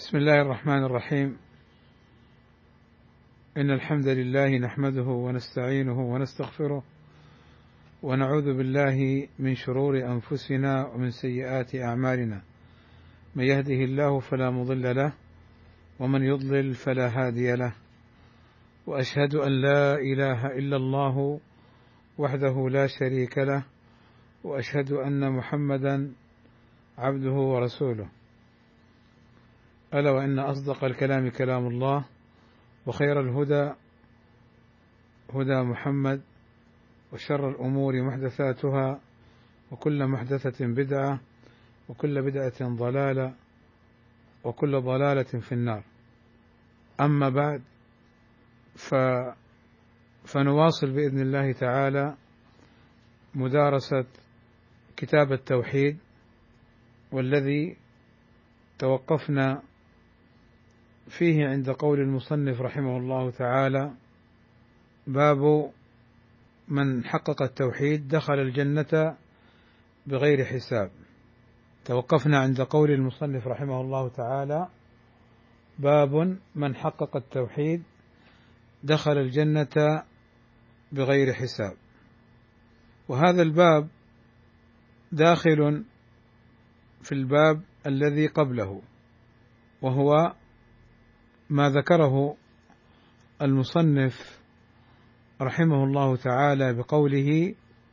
بسم الله الرحمن الرحيم. إن الحمد لله نحمده ونستعينه ونستغفره ونعوذ بالله من شرور أنفسنا ومن سيئات أعمالنا، من يهده الله فلا مضل له ومن يضلل فلا هادي له، وأشهد أن لا إله إلا الله وحده لا شريك له، وأشهد أن محمدا عبده ورسوله. ألا وإن أصدق الكلام كلام الله، وخير الهدى هدى محمد، وشر الأمور محدثاتها، وكل محدثة بدعة، وكل بدعة ضلالة، وكل ضلالة في النار. أما بعد، فنواصل بإذن الله تعالى مدارسة كتاب التوحيد، والذي توقفنا فيه عند قول المصنف رحمه الله تعالى: باب من حقق التوحيد دخل الجنة بغير حساب. توقفنا عند قول المصنف رحمه الله تعالى: باب من حقق التوحيد دخل الجنة بغير حساب. وهذا الباب داخل في الباب الذي قبله، وهو ما ذكره المصنف رحمه الله تعالى بقوله: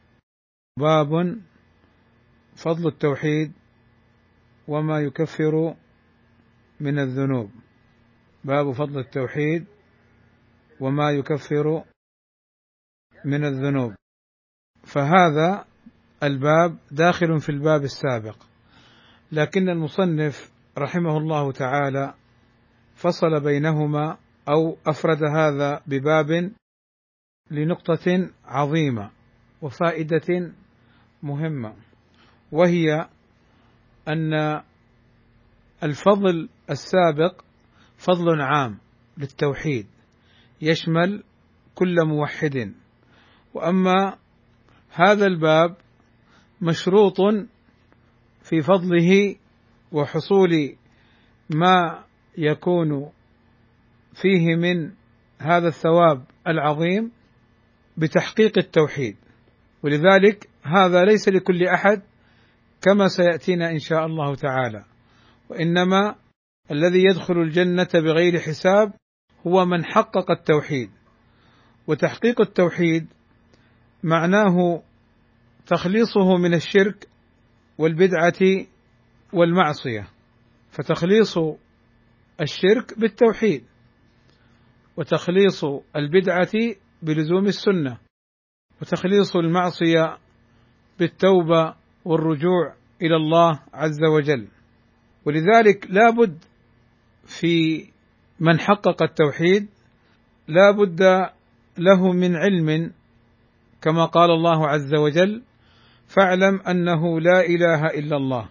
باب فضل التوحيد وما يكفر من الذنوب. باب فضل التوحيد وما يكفر من الذنوب. فهذا الباب داخل في الباب السابق، لكن المصنف رحمه الله تعالى فصل بينهما، أو أفرد هذا بباب لنقطة عظيمة وفائدة مهمة، وهي أن الفضل السابق فضل عام للتوحيد يشمل كل موحد، وأما هذا الباب مشروط في فضله وحصول ما يكون فيه من هذا الثواب العظيم بتحقيق التوحيد، ولذلك هذا ليس لكل أحد كما سيأتينا إن شاء الله تعالى، وإنما الذي يدخل الجنة بغير حساب هو من حقق التوحيد. وتحقيق التوحيد معناه تخليصه من الشرك والبدعة والمعصية، فتخليص الشرك بالتوحيد، وتخليص البدعة بلزوم السنة، وتخليص المعصية بالتوبة والرجوع إلى الله عز وجل. ولذلك لا بد في من حقق التوحيد لا بد له من علم، كما قال الله عز وجل: فاعلم أنه لا إله إلا الله.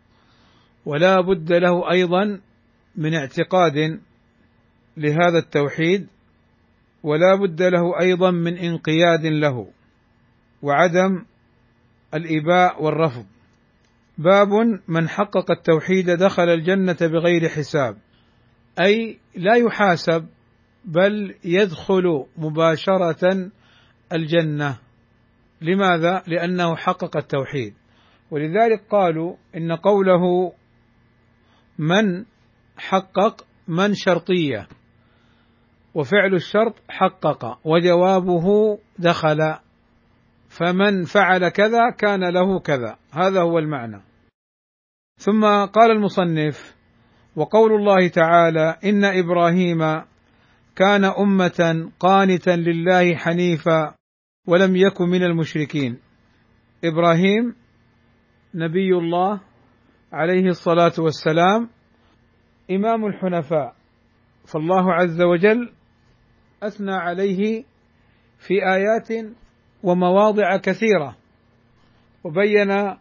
ولا بد له أيضا من اعتقاد لهذا التوحيد، ولا بد له أيضا من انقياد له، وعدم الإباء والرفض. باب من حقق التوحيد دخل الجنة بغير حساب، أي لا يحاسب، بل يدخل مباشرة الجنة. لماذا؟ لأنه حقق التوحيد. ولذلك قالوا إن قوله من حقق من شرطية، وفعل الشرط حقق، وجوابه دخل، فمن فعل كذا كان له كذا، هذا هو المعنى. ثم قال المصنف: وقول الله تعالى: إن إبراهيم كان أمة قانتا لله حنيفا ولم يكن من المشركين. إبراهيم نبي الله عليه الصلاة والسلام إمام الحنفاء، فالله عز وجل أثنى عليه في آيات ومواضع كثيرة، وبين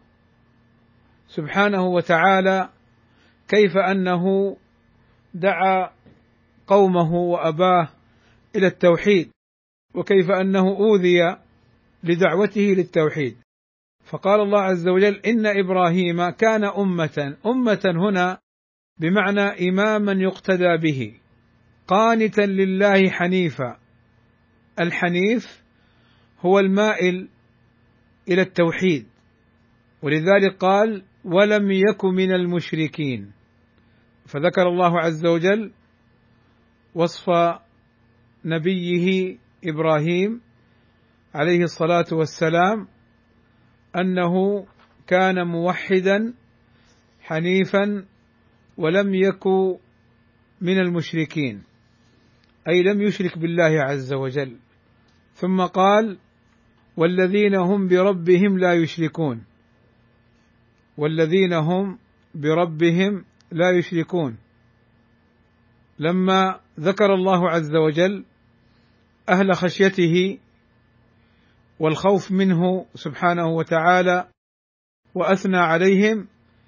سبحانه وتعالى كيف أنه دعا قومه وأباه إلى التوحيد، وكيف أنه أوذي لدعوته للتوحيد. فقال الله عز وجل: إن إبراهيم كان أمة. أمة هنا بمعنى إماما يقتدى به، قانتا لله حنيفا. الحنيف هو المائل إلى التوحيد، ولذلك قال: ولم يك من المشركين. فذكر الله عز وجل وصف نبيه إبراهيم عليه الصلاة والسلام أنه كان موحدا حنيفا ولم يك من المشركين، أي لم يشرك بالله عز وجل. ثم قال: والذين هم بربهم لا يشركون، والذين هم بربهم لا يشركون. لما ذكر الله عز وجل أهل خشيته والخوف منه سبحانه وتعالى وأثنى عليهم،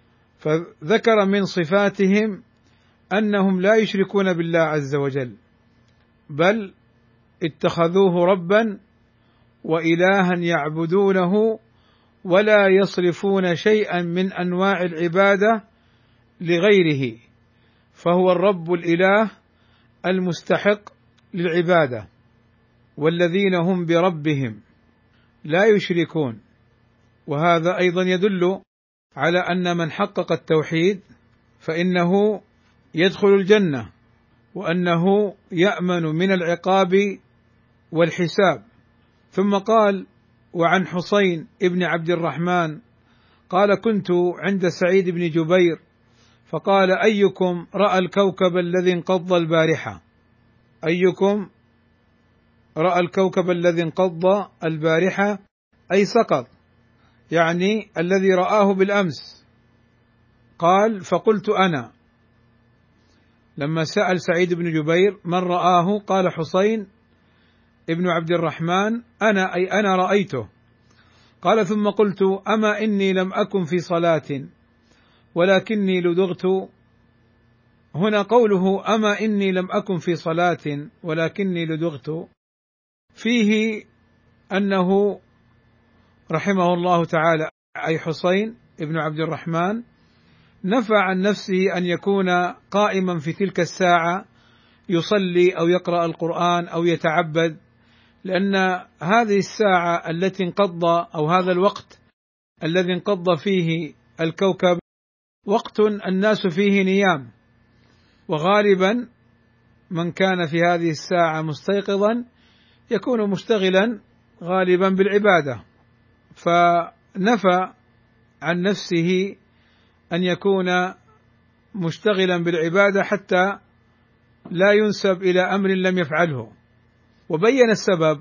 فذكر من صفاتهم أنهم لا يشركون بالله عز وجل، بل اتخذوه ربا وإلها يعبدونه، ولا يصرفون شيئا من أنواع العبادة لغيره، فهو الرب الإله المستحق للعبادة. والذين هم بربهم لا يشركون، وهذا أيضا يدل على أن من حقق التوحيد فإنه يدخل الجنة، وأنه يأمن من العقاب والحساب. ثم قال: وعن حسين ابن عبد الرحمن قال: كنت عند سعيد بن جبير فقال: أيكم رأى الكوكب الذي انقض البارحة؟ أيكم رأى الكوكب الذي انقض البارحة، أي سقط، يعني الذي رآه بالأمس. قال: فقلت أنا. لما سأل سعيد بن جبير من رآه قال حسين ابن عبد الرحمن: أنا، أي أنا رأيته. قال: ثم قلت: أما إني لم أكن في صلاة ولكني لدغت. هنا قوله أما إني لم أكن في صلاة ولكني لدغت فيه أنه رحمه الله تعالى، أي حسين ابن عبد الرحمن، نفى عن نفسه أن يكون قائما في تلك الساعة يصلي أو يقرأ القرآن أو يتعبد، لأن هذه الساعة التي انقض، أو هذا الوقت الذي انقض فيه الكوكب، وقت الناس فيه نيام، وغالبا من كان في هذه الساعة مستيقظا يكون مشتغلا غالبا بالعبادة، فنفى عن نفسه أن يكون مشتغلا بالعبادة حتى لا ينسب إلى أمر لم يفعله. وبين السبب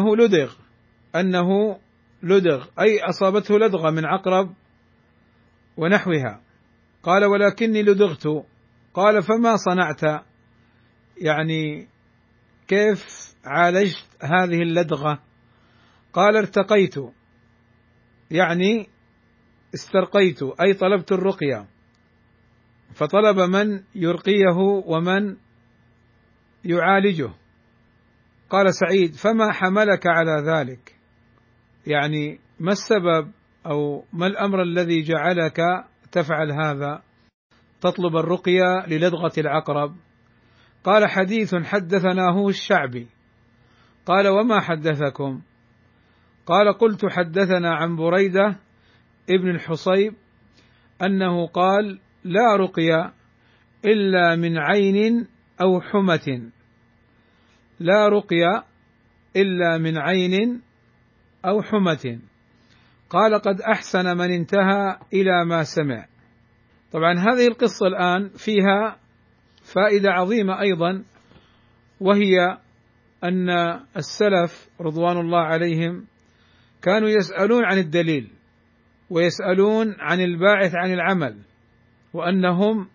أنه لدغ أي أصابته لدغة من عقرب ونحوها. قال: ولكني لدغت. قال: فما صنعت؟ يعني كيف عالجت هذه اللدغة؟ قال: ارتقيت، يعني استرقيت، أي طلبت الرقية، فطلب من يرقيه ومن يعالجه. قال سعيد: فما حملك على ذلك؟ يعني ما السبب أو ما الأمر الذي جعلك تفعل هذا، تطلب الرقية للدغة العقرب؟ قال: حديث حدثناه الشعبي. قال: وما حدثكم؟ قال: قلت: حدثنا عن بريدة ابن الحصيب أنه قال: لا رقية إلا من عين أو حمة، لا رقية إلا من عين أو حمة. قال: قد أحسن من انتهى إلى ما سمع. طبعا هذه القصة الآن فيها فائدة عظيمة أيضا، وهي أن السلف رضوان الله عليهم كانوا يسألون عن الدليل ويسألون عن الباعث عن العمل، وأنهم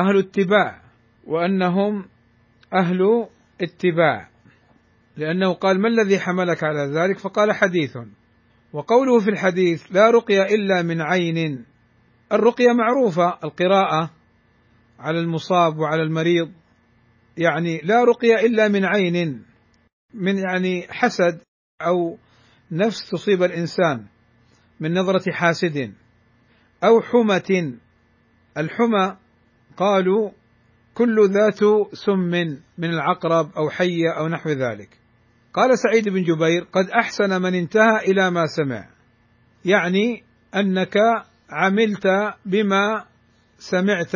أهل اتباع، لأنه قال: ما الذي حملك على ذلك؟ فقال: حديث. وقوله في الحديث لا رقية إلا من عين، الرقية معروفة، القراءة على المصاب وعلى المريض، يعني لا رقية إلا من عين، من يعني حسد أو نفس تصيب الإنسان من نظرة حاسد، أو حمة. الحمى قالوا كل ذات سم من العقرب أو حية أو نحو ذلك. قال سعيد بن جبير: قد أحسن من انتهى إلى ما سمع، يعني أنك عملت بما سمعت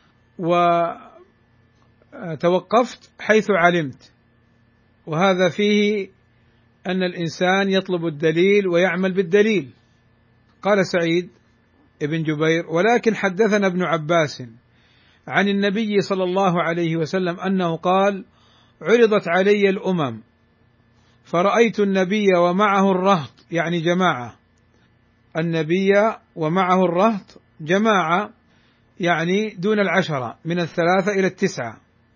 وتوقفت حيث علمت، وهذا فيه أن الإنسان يطلب الدليل ويعمل بالدليل. قال سعيد بن جبير: ولكن حدثنا ابن عباس عن النبي صلى الله عليه وسلم أنه قال: عرضت علي الأمم فرأيت النبي ومعه الرهط، يعني جماعة، النبي ومعه الرهط جماعة، يعني دون 10، من 3 إلى 9،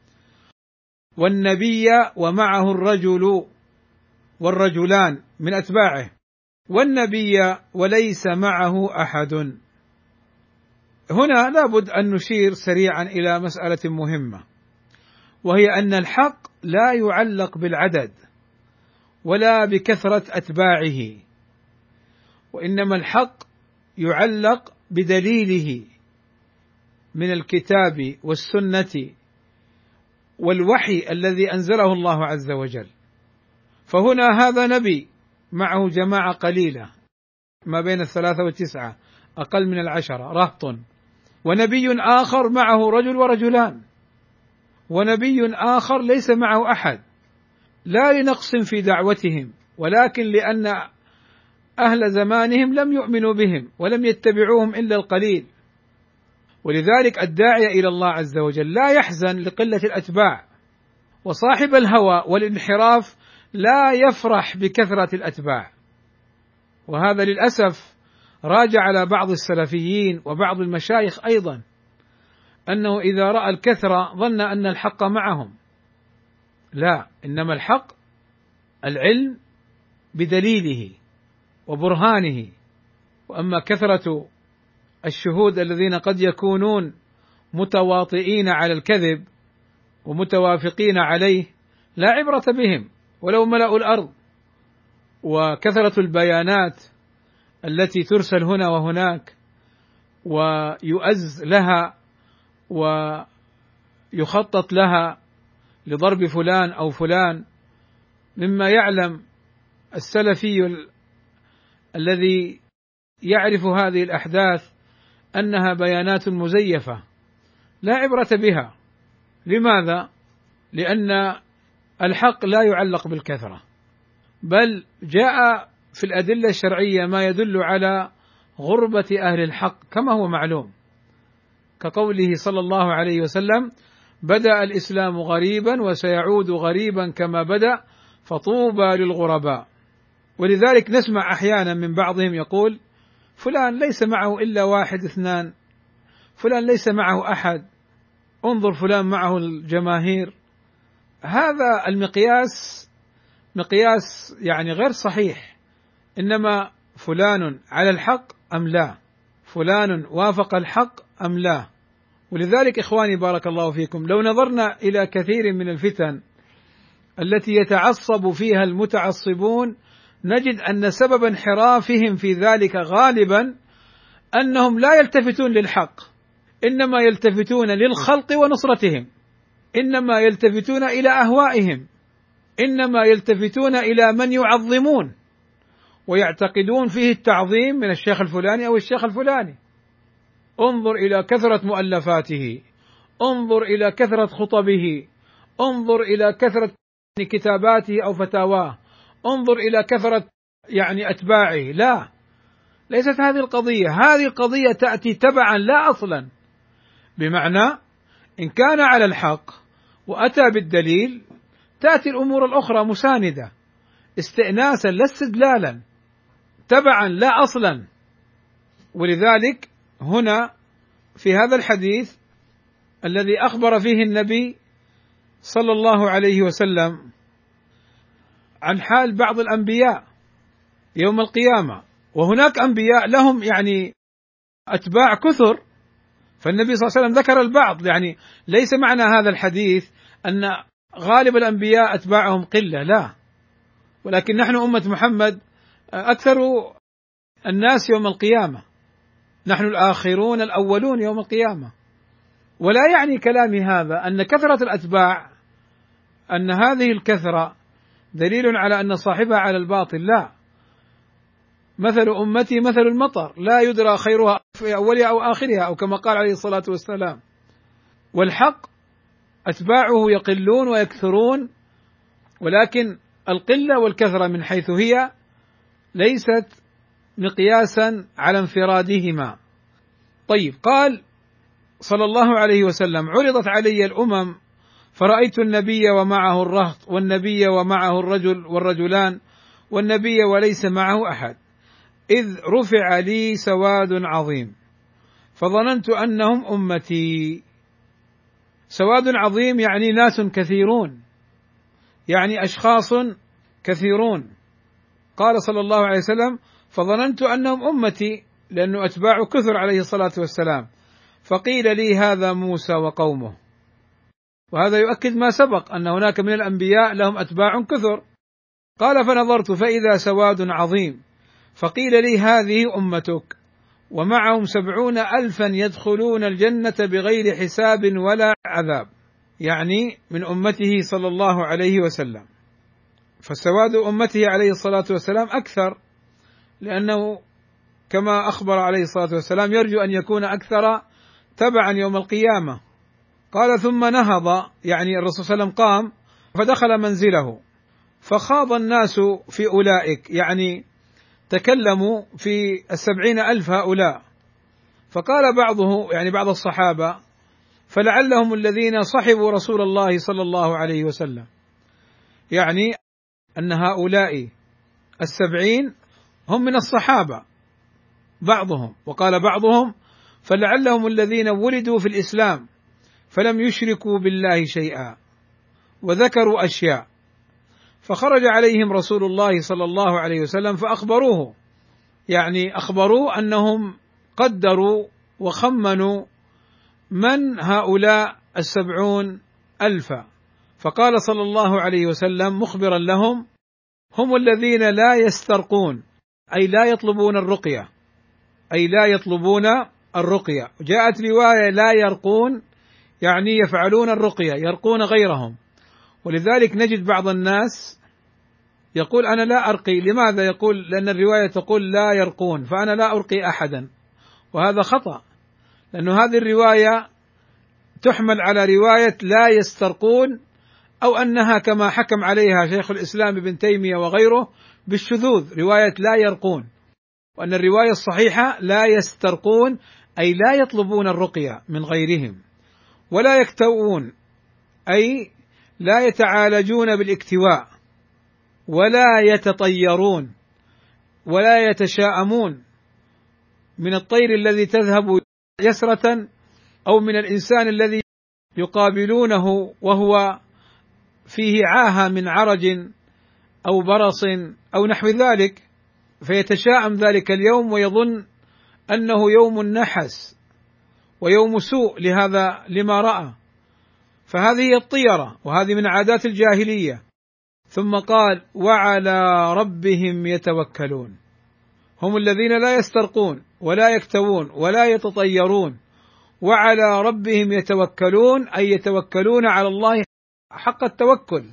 والنبي ومعه الرجل والرجلان من أتباعه، والنبي وليس معه أحد. هنا لابد أن نشير سريعا إلى مسألة مهمة، وهي أن الحق لا يعلق بالعدد ولا بكثرة أتباعه، وإنما الحق يعلق بدليله من الكتاب والسنة والوحي الذي أنزله الله عز وجل. فهنا هذا نبي معه جماعة قليلة ما بين 3 و9، أقل من 10، رهط، ونبي آخر معه رجل ورجلان، ونبي آخر ليس معه أحد، لا لنقص في دعوتهم، ولكن لأن أهل زمانهم لم يؤمنوا بهم ولم يتبعوهم إلا القليل. ولذلك الداعية إلى الله عز وجل لا يحزن لقلة الأتباع، وصاحب الهوى والانحراف لا يفرح بكثرة الأتباع. وهذا للأسف راجع على بعض السلفيين وبعض المشايخ أيضا، أنه إذا رأى الكثرة ظن أن الحق معهم. لا، إنما الحق العلم بدليله وبرهانه. وأما كثرة الشهود الذين قد يكونون متواطئين على الكذب ومتوافقين عليه لا عبرة بهم ولو ملأوا الأرض. وكثرة البيانات التي ترسل هنا وهناك ويؤز لها ويخطط لها لضرب فلان أو فلان، مما يعلم السلفي الذي يعرف هذه الأحداث أنها بيانات مزيفة لا عبرة بها. لماذا؟ لأن الحق لا يعلق بالكثرة، بل جاء في الأدلة الشرعية ما يدل على غربة أهل الحق كما هو معلوم، كقوله صلى الله عليه وسلم: بدأ الإسلام غريبا وسيعود غريبا كما بدأ فطوبى للغرباء. ولذلك نسمع أحيانا من بعضهم يقول: فلان ليس معه إلا 1 2، فلان ليس معه أحد، انظر فلان معه الجماهير. هذا المقياس مقياس يعني غير صحيح، إنما فلان على الحق أم لا، فلان وافق الحق أم لا. ولذلك إخواني بارك الله فيكم، لو نظرنا إلى كثير من الفتن التي يتعصب فيها المتعصبون نجد أن سبب انحرافهم في ذلك غالبا أنهم لا يلتفتون للحق، إنما يلتفتون للخلق ونصرتهم، إنما يلتفتون إلى أهوائهم، إنما يلتفتون إلى من يعظمون ويعتقدون فيه التعظيم من الشيخ الفلاني أو الشيخ الفلاني. انظر إلى كثرة مؤلفاته، انظر إلى كثرة خطبه، انظر إلى كثرة كتاباته أو فتاواه، انظر إلى كثرة يعني أتباعه. لا، ليست هذه القضية، هذه القضية تأتي تبعا لا أصلا، بمعنى إن كان على الحق وأتى بالدليل تأتي الأمور الأخرى مساندة، استئناسا لا استدلالا، تبعا لا أصلا. ولذلك هنا في هذا الحديث الذي أخبر فيه النبي صلى الله عليه وسلم عن حال بعض الأنبياء يوم القيامة، وهناك أنبياء لهم يعني أتباع كثر، فالنبي صلى الله عليه وسلم ذكر البعض، يعني ليس معنى هذا الحديث أن غالب الأنبياء أتباعهم قلة، لا، ولكن نحن أمة محمد أكثر الناس يوم القيامة، نحن الآخرون الأولون يوم القيامة. ولا يعني كلامي هذا أن كثرة الأتباع أن هذه الكثرة دليل على أن صاحبها على الباطل، لا. مثل أمتي مثل المطر لا يدرى خيرها في أولها أو آخرها، أو كما قال عليه الصلاة والسلام. والحق أتباعه يقلون ويكثرون، ولكن القلة والكثرة من حيث هي ليست مقياسا على انفرادهما. طيب، قال صلى الله عليه وسلم: عرضت علي الأمم فرأيت النبي ومعه الرهط، والنبي ومعه الرجل والرجلان، والنبي وليس معه أحد، إذ رفع لي سواد عظيم فظننت أنهم أمتي. سواد عظيم يعني ناس كثيرون، يعني أشخاص كثيرون. قال صلى الله عليه وسلم: فظننت أنهم أمتي، لأنه أتباع كثر عليه الصلاة والسلام. فقيل لي: هذا موسى وقومه. وهذا يؤكد ما سبق أن هناك من الأنبياء لهم أتباع كثر. قال: فنظرت فإذا سواد عظيم، فقيل لي: هذه أمتك، ومعهم 70,000 يدخلون الجنة بغير حساب ولا عذاب، يعني من أمته صلى الله عليه وسلم. فسواد أمته عليه الصلاة والسلام أكثر، لأنه كما أخبر عليه الصلاة والسلام يرجو أن يكون أكثر تبعا يوم القيامة. قال: ثم نهض، يعني الرسول صلى الله عليه وسلم قام فدخل منزله، فخاض الناس في أولئك، يعني تكلموا في 70,000 هؤلاء. فقال بعضه، يعني بعض الصحابة: فلعلهم الذين صحبوا رسول الله صلى الله عليه وسلم، يعني أن هؤلاء 70 هم من الصحابة بعضهم. وقال بعضهم: فلعلهم الذين ولدوا في الإسلام فلم يشركوا بالله شيئا، وذكروا أشياء. فخرج عليهم رسول الله صلى الله عليه وسلم فأخبروه، يعني أخبروا أنهم قدروا وخمنوا من هؤلاء 70,000. فقال صلى الله عليه وسلم مخبرا لهم: هم الذين لا يسترقون، أي لا يطلبون الرقية، أي لا يطلبون الرقية. جاءت رواية لا يرقون، يعني يفعلون الرقية، يرقون غيرهم. ولذلك نجد بعض الناس يقول: أنا لا أرقي. لماذا؟ يقول: لأن الرواية تقول لا يرقون، فأنا لا أرقي أحدا. وهذا خطأ، لأن هذه الرواية تحمل على رواية لا يسترقون، أو أنها كما حكم عليها شيخ الإسلام ابن تيمية وغيره بالشذوذ، رواية لا يرقون. وأن الرواية الصحيحة لا يسترقون، أي لا يطلبون الرقية من غيرهم، ولا يكتوون، أي لا يتعالجون بالاكتواء، ولا يتطيرون، ولا يتشاءمون من الطير الذي تذهب يسرة، أو من الإنسان الذي يقابلونه وهو فيه عاهة من عرج أو برص أو نحو ذلك، فيتشاءم ذلك اليوم ويظن أنه يوم نحس ويوم سوء لهذا لما رأى. فهذه هي الطيرة، وهذه من عادات الجاهلية. ثم قال: وعلى ربهم يتوكلون، هم الذين لا يسترقون ولا يكتوون ولا يتطيرون، وعلى ربهم يتوكلون، أي يتوكلون على الله حق التوكل،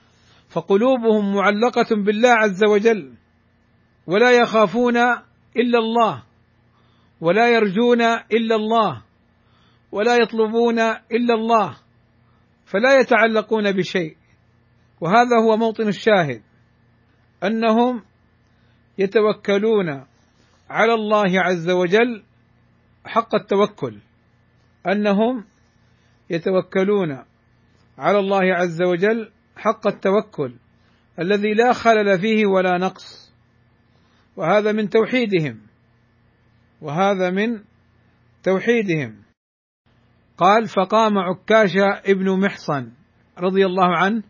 فقلوبهم معلقة بالله عز وجل، ولا يخافون إلا الله، ولا يرجون إلا الله، ولا يطلبون إلا الله، فلا يتعلقون بشيء. وهذا هو موطن الشاهد، أنهم يتوكلون على الله عز وجل حق التوكل، أنهم يتوكلون على الله عز وجل حق التوكل الذي لا خلل فيه ولا نقص. وهذا من توحيدهم، وهذا من توحيدهم. قال: فقام عكاشة ابن محصن رضي الله عنه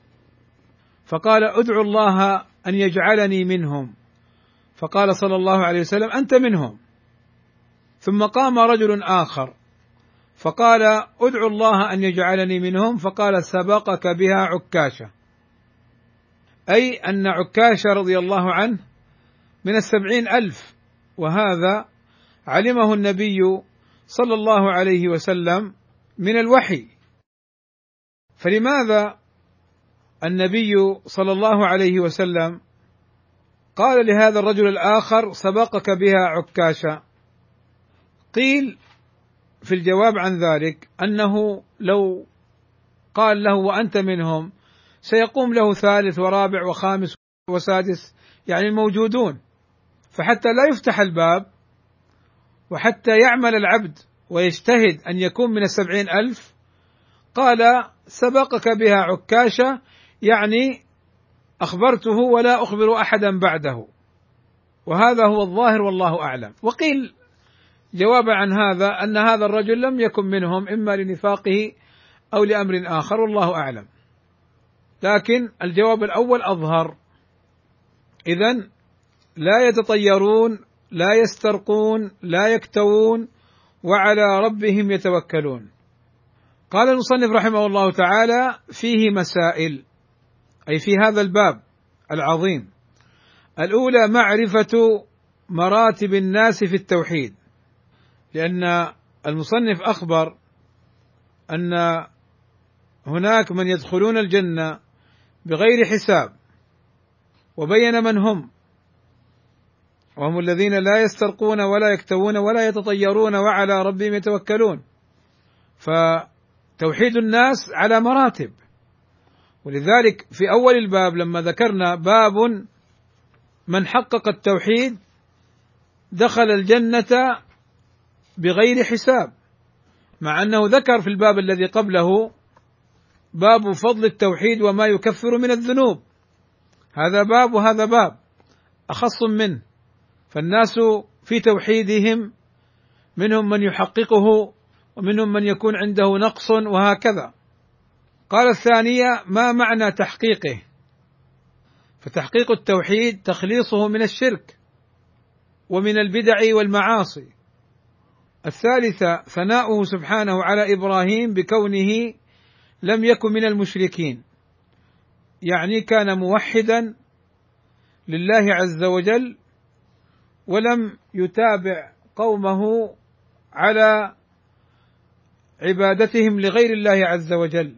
فقال: ادعوا الله أن يجعلني منهم. فقال صلى الله عليه وسلم: أنت منهم. ثم قام رجل آخر فقال: ادعوا الله أن يجعلني منهم. فقال: سبقك بها عكاشة، أي أن عكاشة رضي الله عنه من 70,000، وهذا علمه النبي صلى الله عليه وسلم من الوحي. فلماذا النبي صلى الله عليه وسلم قال لهذا الرجل الآخر سبقك بها عكاشة؟ قيل في الجواب عن ذلك أنه لو قال له وأنت منهم سيقوم له ثالث ورابع وخامس وسادس، يعني الموجودون، فحتى لا يفتح الباب وحتى يعمل العبد ويجتهد أن يكون من 70,000 قال سبقك بها عكاشة، يعني أخبرته ولا أخبر أحدا بعده، وهذا هو الظاهر والله أعلم. وقيل جوابا عن هذا أن هذا الرجل لم يكن منهم إما لنفاقه أو لأمر آخر والله أعلم، لكن الجواب الأول أظهر. إذن لا يتطيرون، لا يسترقون، لا يكتوون، وعلى ربهم يتوكلون. قال المصنف رحمه الله تعالى: فيه مسائل، أي في هذا الباب العظيم. الأولى معرفة مراتب الناس في التوحيد، لأن المصنف أخبر أن هناك من يدخلون الجنة بغير حساب، وبين من هم، وهم الذين لا يسترقون ولا يكتوون ولا يتطيرون وعلى ربهم يتوكلون. فتوحيد الناس على مراتب، ولذلك في أول الباب لما ذكرنا باب من حقق التوحيد دخل الجنة بغير حساب، مع أنه ذكر في الباب الذي قبله باب فضل التوحيد وما يكفر من الذنوب، هذا باب وهذا باب أخص منه، فالناس في توحيدهم منهم من يحققه ومنهم من يكون عنده نقص وهكذا. قال الثانية: ما معنى تحقيقه؟ فتحقيق التوحيد تخليصه من الشرك ومن البدع والمعاصي. الثالثة: ثناؤه سبحانه على إبراهيم بكونه لم يكن من المشركين، يعني كان موحدا لله عز وجل ولم يتابع قومه على عبادتهم لغير الله عز وجل.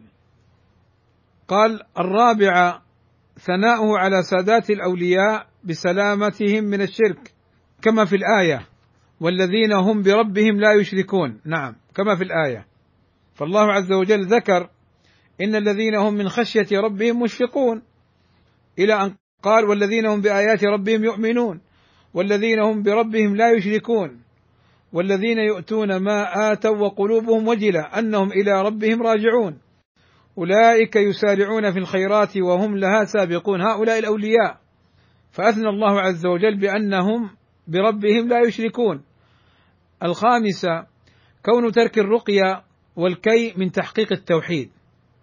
قال الرابعة: ثناؤه على سادات الأولياء بسلامتهم من الشرك، كما في الآية: والذين هم بربهم لا يشركون، نعم كما في الآية. فالله عز وجل ذكر إن الذين هم من خشية ربهم مشفقون، إلى أن قال: والذين هم بآيات ربهم يؤمنون، والذين هم بربهم لا يشركون، والذين يؤتون ما آتوا وقلوبهم وجلة أنهم إلى ربهم راجعون، أولئك يسارعون في الخيرات وهم لها سابقون، هؤلاء الأولياء. فأثنى الله عز وجل بأنهم بربهم لا يشركون. الخامسة: كون ترك الرقية والكي من تحقيق التوحيد،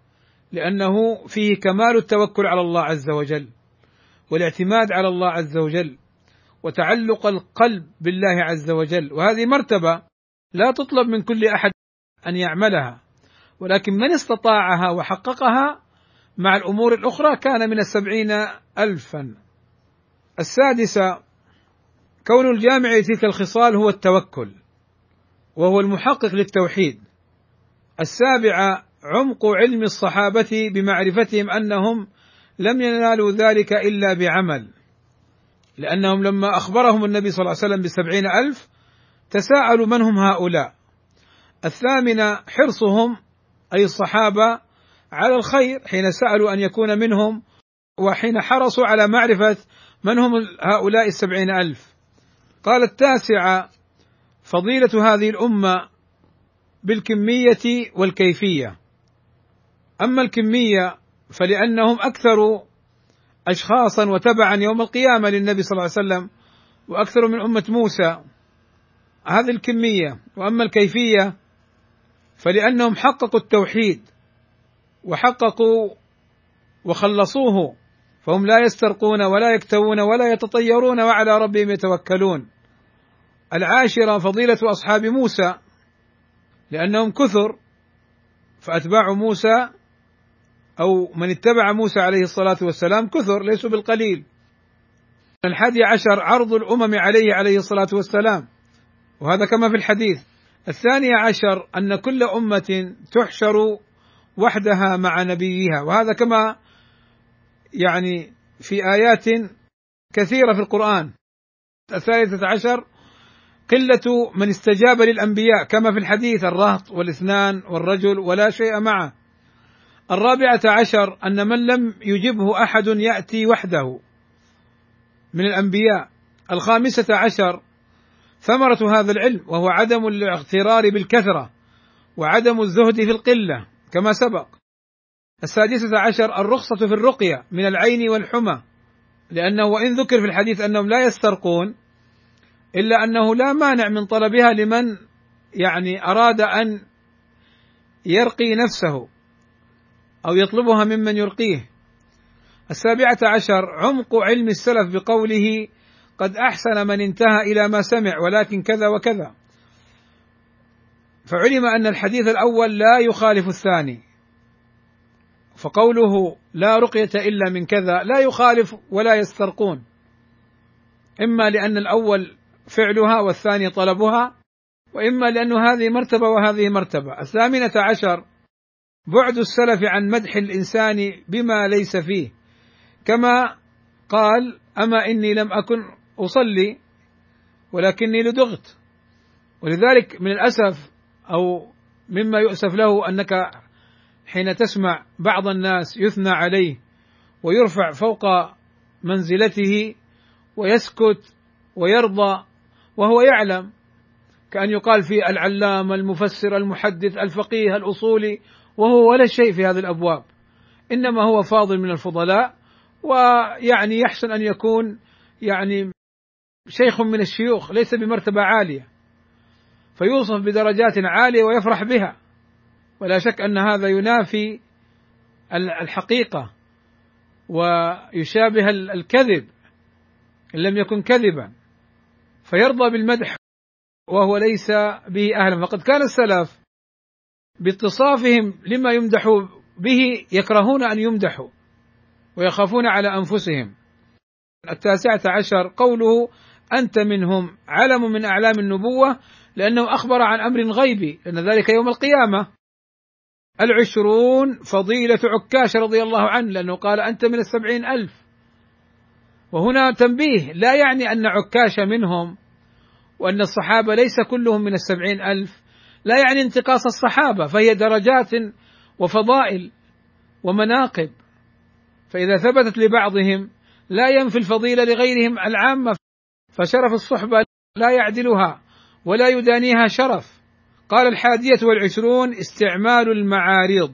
لأنه فيه كمال التوكل على الله عز وجل والاعتماد على الله عز وجل وتعلق القلب بالله عز وجل، وهذه مرتبة لا تطلب من كل أحد أن يعملها، ولكن من استطاعها وحققها مع الأمور الأخرى كان من 70,000. السادسة: كون الجامع لتلك الخصال هو التوكل، وهو المحقق للتوحيد. السابعة: عمق علم الصحابة بمعرفتهم أنهم لم ينالوا ذلك إلا بعمل، لأنهم لما أخبرهم النبي صلى الله عليه وسلم ب70,000 تساءلوا من هم هؤلاء. الثامنة: حرصهم أي الصحابة على الخير حين سألوا أن يكون منهم، وحين حرصوا على معرفة من هم هؤلاء 70,000. قال التاسعة: فضيلة هذه الأمة بالكمية والكيفية. أما الكمية فلأنهم أكثر أشخاصا وتبعا يوم القيامة للنبي صلى الله عليه وسلم، وأكثر من أمة موسى، هذه الكمية. وأما الكيفية فلأنهم حققوا التوحيد وحققوا وخلصوه، فهم لا يسترقون ولا يكتوون ولا يتطيرون وعلى ربهم يتوكلون. العاشرة: فضيلة أصحاب موسى، لأنهم كثر، فأتباع موسى أو من اتبع موسى عليه الصلاة والسلام كثر، ليسوا بالقليل. 11: عرض الأمم عليه الصلاة والسلام، وهذا كما في الحديث: الثانية عشر أن كل أمة تحشر وحدها مع نبيها، وهذا كما يعني في آيات كثيرة في القرآن. الثالثة عشر قلة من استجاب للأنبياء كما في الحديث الرهط والاثنان والرجل ولا شيء معه. الرابعة عشر أن من لم يجبه أحد يأتي وحده من الأنبياء. الخامسة عشر ثمرة هذا العلم، وهو عدم الاغترار بالكثرة وعدم الزهد في القلة كما سبق. السادسة عشر الرخصة في الرقية من العين والحمى، لأنه وإن ذكر في الحديث أنهم لا يسترقون إلا أنه لا مانع من طلبها لمن يعني أراد أن يرقي نفسه أو يطلبها ممن يرقيه. السابعة عشر عمق علم السلف بقوله قد أحسن من انتهى إلى ما سمع ولكن كذا وكذا، فعلم أن الحديث الأول لا يخالف الثاني، فقوله لا رقية إلا من كذا لا يخالف ولا يسترقون، إما لأن الأول فعلها والثاني طلبها، وإما لأن هذه مرتبة وهذه مرتبة. الثامنة عشر بعد السلف عن مدح الإنسان بما ليس فيه، كما قال أما إني لم أكن أصلي ولكني لدغت. ولذلك من الأسف أو مما يؤسف له أنك حين تسمع بعض الناس يثنى عليه ويرفع فوق منزلته ويسكت ويرضى وهو يعلم، كأن يقال في العلامة المفسر المحدث الفقيه الأصولي، وهو ولا شيء في هذه الأبواب، إنما هو فاضل من الفضلاء، ويعني يحسن أن يكون يعني شيخ من الشيوخ ليس بمرتبة عالية، فيوصف بدرجات عالية ويفرح بها، ولا شك أن هذا ينافي الحقيقة ويشابه الكذب إن لم يكن كذبا، فيرضى بالمدح وهو ليس به أهلا. فقد كان السلف باتصافهم لما يمدح به يكرهون أن يمدحوا ويخافون على أنفسهم. التاسعة عشر قوله أنت منهم علم من أعلام النبوة، لأنه أخبر عن أمر غيبي، لأن ذلك يوم القيامة. العشرون فضيلة عكاش رضي الله عنه، لأنه قال أنت من 70,000، وهنا تنبيه لا يعني أن عكاش منهم وأن الصحابة ليس كلهم من 70,000، لا يعني انتقاص الصحابة، فهي درجات وفضائل ومناقب، فإذا ثبتت لبعضهم لا ينفي الفضيلة لغيرهم العامة، فشرف الصحبة لا يعدلها ولا يدانيها شرف. قال 21 استعمال المعاريض.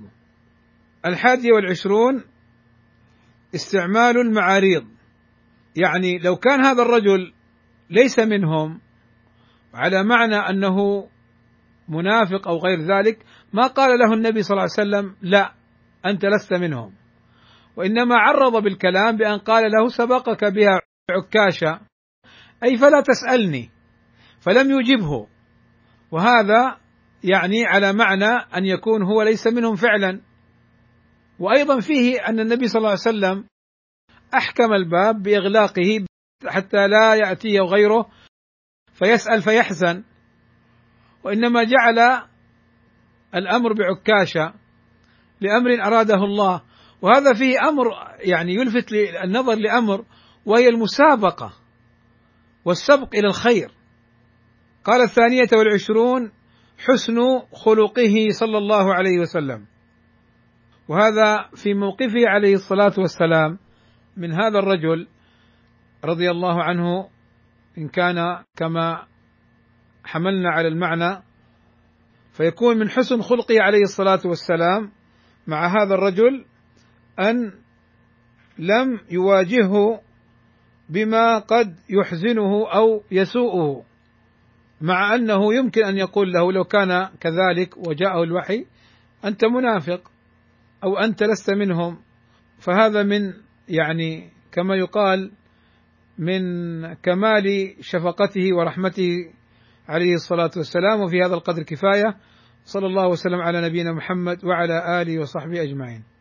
21 استعمال المعاريض، يعني لو كان هذا الرجل ليس منهم على معنى أنه منافق أو غير ذلك ما قال له النبي صلى الله عليه وسلم لا أنت لست منهم، وإنما عرض بالكلام بأن قال له سبقك بها عكاشة، أي فلا تسألني، فلم يجبه، وهذا يعني على معنى أن يكون هو ليس منهم فعلا. وأيضا فيه أن النبي صلى الله عليه وسلم أحكم الباب بإغلاقه حتى لا يأتيه غيره فيسأل فيحزن، وإنما جعل الأمر بعكاشة لأمر أراده الله. وهذا فيه أمر يعني يلفت النظر لأمر، وهي المسابقة والسبق إلى الخير. قال 22 حسن خلقه صلى الله عليه وسلم، وهذا في موقفه عليه الصلاة والسلام من هذا الرجل رضي الله عنه، إن كان كما حملنا على المعنى، فيكون من حسن خلقه عليه الصلاة والسلام مع هذا الرجل أن لم يواجهه بما قد يحزنه أو يسوءه، مع أنه يمكن أن يقول له لو كان كذلك وجاءه الوحي أنت منافق أو أنت لست منهم، فهذا من يعني كما يقال من كمال شفقته ورحمته عليه الصلاة والسلام. وفي هذا القدر كفاية. صلى الله وسلم على نبينا محمد وعلى آله وصحبه أجمعين.